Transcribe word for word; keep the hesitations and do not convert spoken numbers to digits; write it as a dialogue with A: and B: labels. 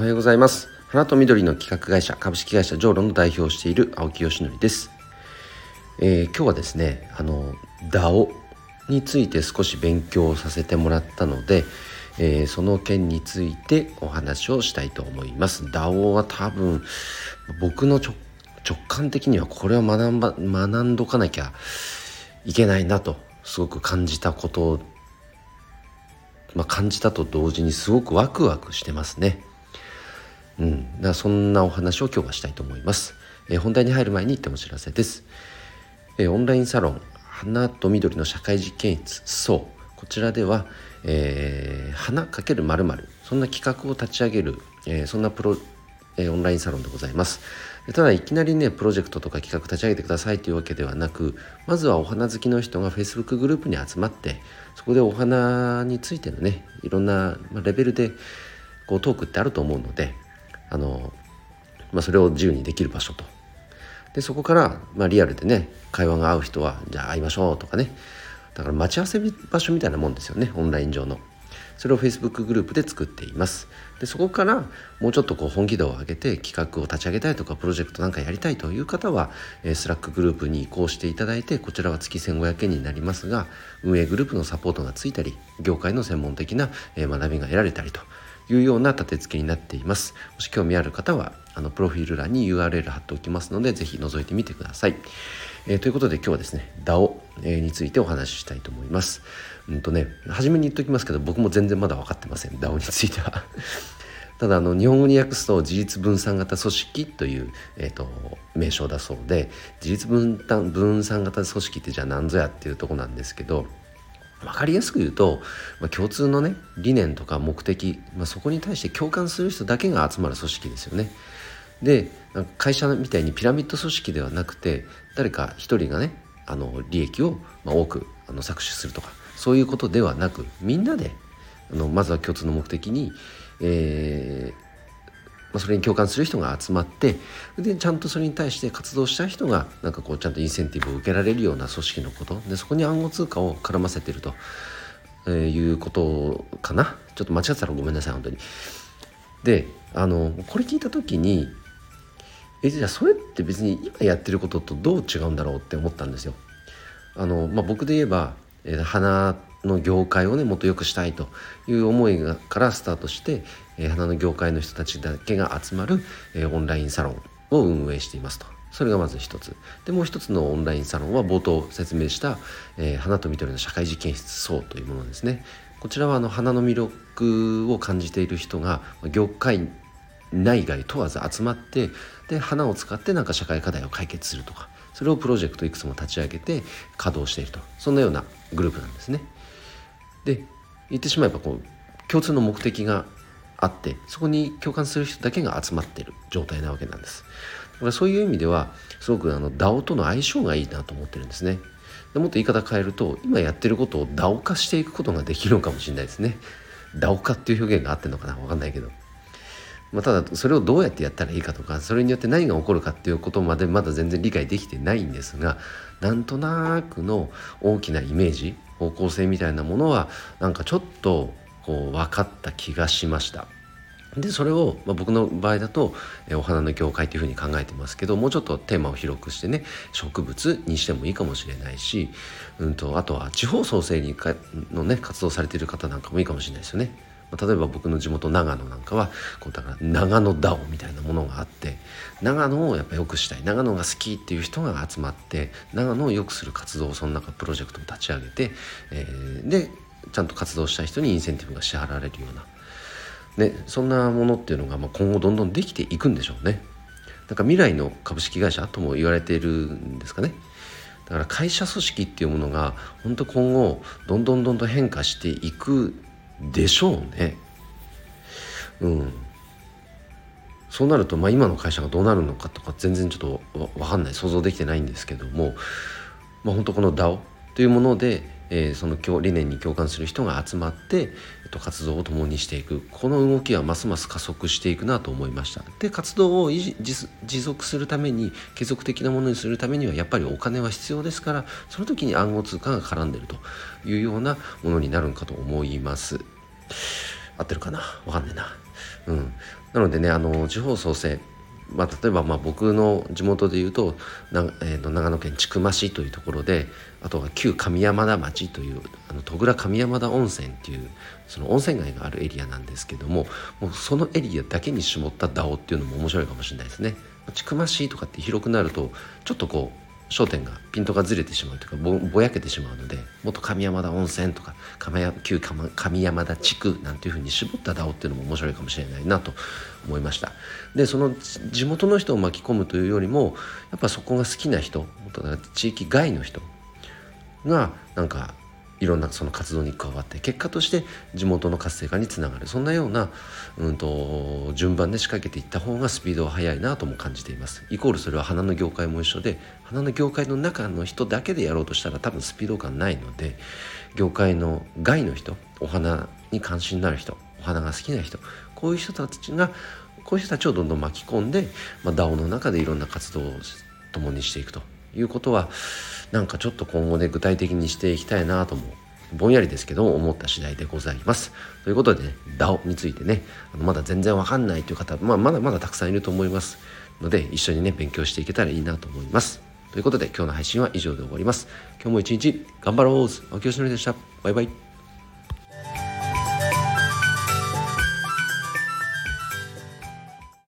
A: はようございます。花と緑の企画会社株式会社ジョーロの代表をしている青木よしのりです。えー、今日はですねあの ダオ について少し勉強させてもらったので、えー、その件についてお話をしたいと思います。 ダオ は多分僕の 直, 直感的にはこれは学んば学んどかなきゃいけないなとすごく感じたことまあ、感じたと同時にすごくワクワクしてますね。うん、だからそんなお話を今日はしたいと思います。えー、本題に入る前に言ってお知らせです。えー、オンラインサロン花と緑の社会実験室そうこちらでは、えー、花×〇〇そんな企画を立ち上げる、えー、そんなプロ、えー、オンラインサロンでございます。ただいきなりねプロジェクトとか企画立ち上げてくださいというわけではなく、まずはお花好きの人が Facebook グループに集まって、そこでお花についてのねいろんなレベルでこうトークってあると思うので、あの、まあ、それを自由にできる場所と、でそこから、まあ、リアルでね会話が合う人はじゃあ会いましょうとかね、だから待ち合わせ場所みたいなもんですよね、オンライン上の。それを Facebook グループで作っています。でそこからもうちょっとこう本気度を上げて企画を立ち上げたいとかプロジェクトなんかやりたいという方は、えー、スラックグループに移行していただいて、こちらは月せんごひゃくえんになりますが、運営グループのサポートがついたり業界の専門的な、えー、学びが得られたりというような立て付けになっています。もし興味ある方はあのプロフィール欄に ユーアールエル 貼っておきますので、ぜひ覗いてみてください。えー、ということで今日はですね ダオ についてお話ししたいと思います。うんとね初めに言っときますけど、僕も全然まだ分かってません、 ダオ についてはただあの日本語に訳すと自立分散型組織という、えー、と名称だそうで、自立分担分散型組織ってじゃあ何ぞやっていうとこなんですけど、分かりやすく言うと、まあ、共通のね理念とか目的、まあ、そこに対して共感する人だけが集まる組織ですよね。で会社みたいにピラミッド組織ではなくて、誰か一人がねあの利益を、まあ、多くあの搾取するとかそういうことではなく、みんなであのまずは共通の目的に、えーまあ、それに共感する人が集まって、でちゃんとそれに対して活動した人がなんかこうちゃんとインセンティブを受けられるような組織のことで、そこに暗号通貨を絡ませていると、えー、いうことかな。ちょっと間違ってたらごめんなさい本当に。であのこれ聞いた時にえじゃあそれって別に今やってることとどう違うんだろうって思ったんですよ。あの、まあ、僕で言えば、えー、花の業界をねもっと良くしたいという思いがからスタートして、えー、花の業界の人たちだけが集まる、えー、オンラインサロンを運営していますと。それがまず一つで、もう一つのオンラインサロンは冒頭説明した、えー、花と緑の社会実験室そうというものですね。こちらはあの花の魅力を感じている人が業界内外問わず集まって、で花を使ってなんか社会課題を解決するとか、それをプロジェクトいくつも立ち上げて稼働していると、そんなようなグループなんですね。で言ってしまえばこう共通の目的があって、そこに共感する人だけが集まっている状態なわけなんです。だからそういう意味ではすごくあの ダオ との相性がいいなと思ってるんですね。でもっと言い方変えると、今やってることを ダオ 化していくことができるのかもしれないですね。 ダオ 化っていう表現があってるのかな、分かんないけど、まあ、ただそれをどうやってやったらいいかとか、それによって何が起こるかっていうことまでまだ全然理解できてないんですが、なんとなくの大きなイメージ方向性みたいなものはなんかちょっとこう分かった気がしました。でそれを、まあ、僕の場合だとえお花の業界というふうに考えてますけど、もうちょっとテーマを広くしてね植物にしてもいいかもしれないし、うんとあとは地方創生にかのね活動されている方なんかもいいかもしれないですよね。例えば僕の地元長野なんかはこうだから長野 ダオ みたいなものがあって、長野をやっぱ良くしたい、長野が好きっていう人が集まって長野を良くする活動をその中プロジェクトを立ち上げて、えー、でちゃんと活動したい人にインセンティブが支払われるような、ね、そんなものっていうのがまあ今後どんどんできていくんでしょうね。なんか未来の株式会社とも言われているんですかね。だから会社組織っていうものが本当今後どんどんどんどん変化していくでしょうね。うん。そうなると、まあ、今の会社がどうなるのかとか全然ちょっとわかんない、想像できてないんですけども、まあ、本当この ダオ というもので、えー、その理念に共感する人が集まって、えっと、活動を共にしていく、この動きはますます加速していくなと思いました。で活動を維持持続するために、継続的なものにするためにはやっぱりお金は必要ですから、その時に暗号通貨が絡んでいるというようなものになるのかと思います。合ってるかな、わかんないな。 うん、なのでねあの地方創生、まあ、例えばまあ僕の地元でいうとな、えー、と長野県千曲市というところで、あとは旧上山田町というあの戸倉上山田温泉っていうその温泉街があるエリアなんですけども、もうそのエリアだけに絞った ダオ っていうのも面白いかもしれないですね。千曲市とかって広くなるとちょっとこう焦点がピントがずれてしまうというか ぼ, ぼやけてしまうので、もっと上山田温泉とか旧上山田地区なんていう風に絞った ダオ っていうのも面白いかもしれないなと思いました。でその地元の人を巻き込むというよりも、やっぱそこが好きな人、地域外の人がなんかいろんなその活動に加わって、結果として地元の活性化につながる、そんなような、うんと順番で仕掛けていった方がスピードは速いなとも感じています。イコールそれは花の業界も一緒で、花の業界の中の人だけでやろうとしたら多分スピード感ないので、業界の外の人、お花に関心のある人、お花が好きな人、こういう人たちがこういう人たちをどんどん巻き込んで、まあ、ダオ の中でいろんな活動を共にしていくということは、なんかちょっと今後で具体的にしていきたいなともぼんやりですけど思った次第でございます。ということでね、ダオ についてね、あのまだ全然わかんないという方、まあ、まだまだたくさんいると思いますので、一緒にね勉強していけたらいいなと思います。ということで今日の配信は以上で終わります。今日も一日頑張ろう。青木よしのりでした。バイバイ。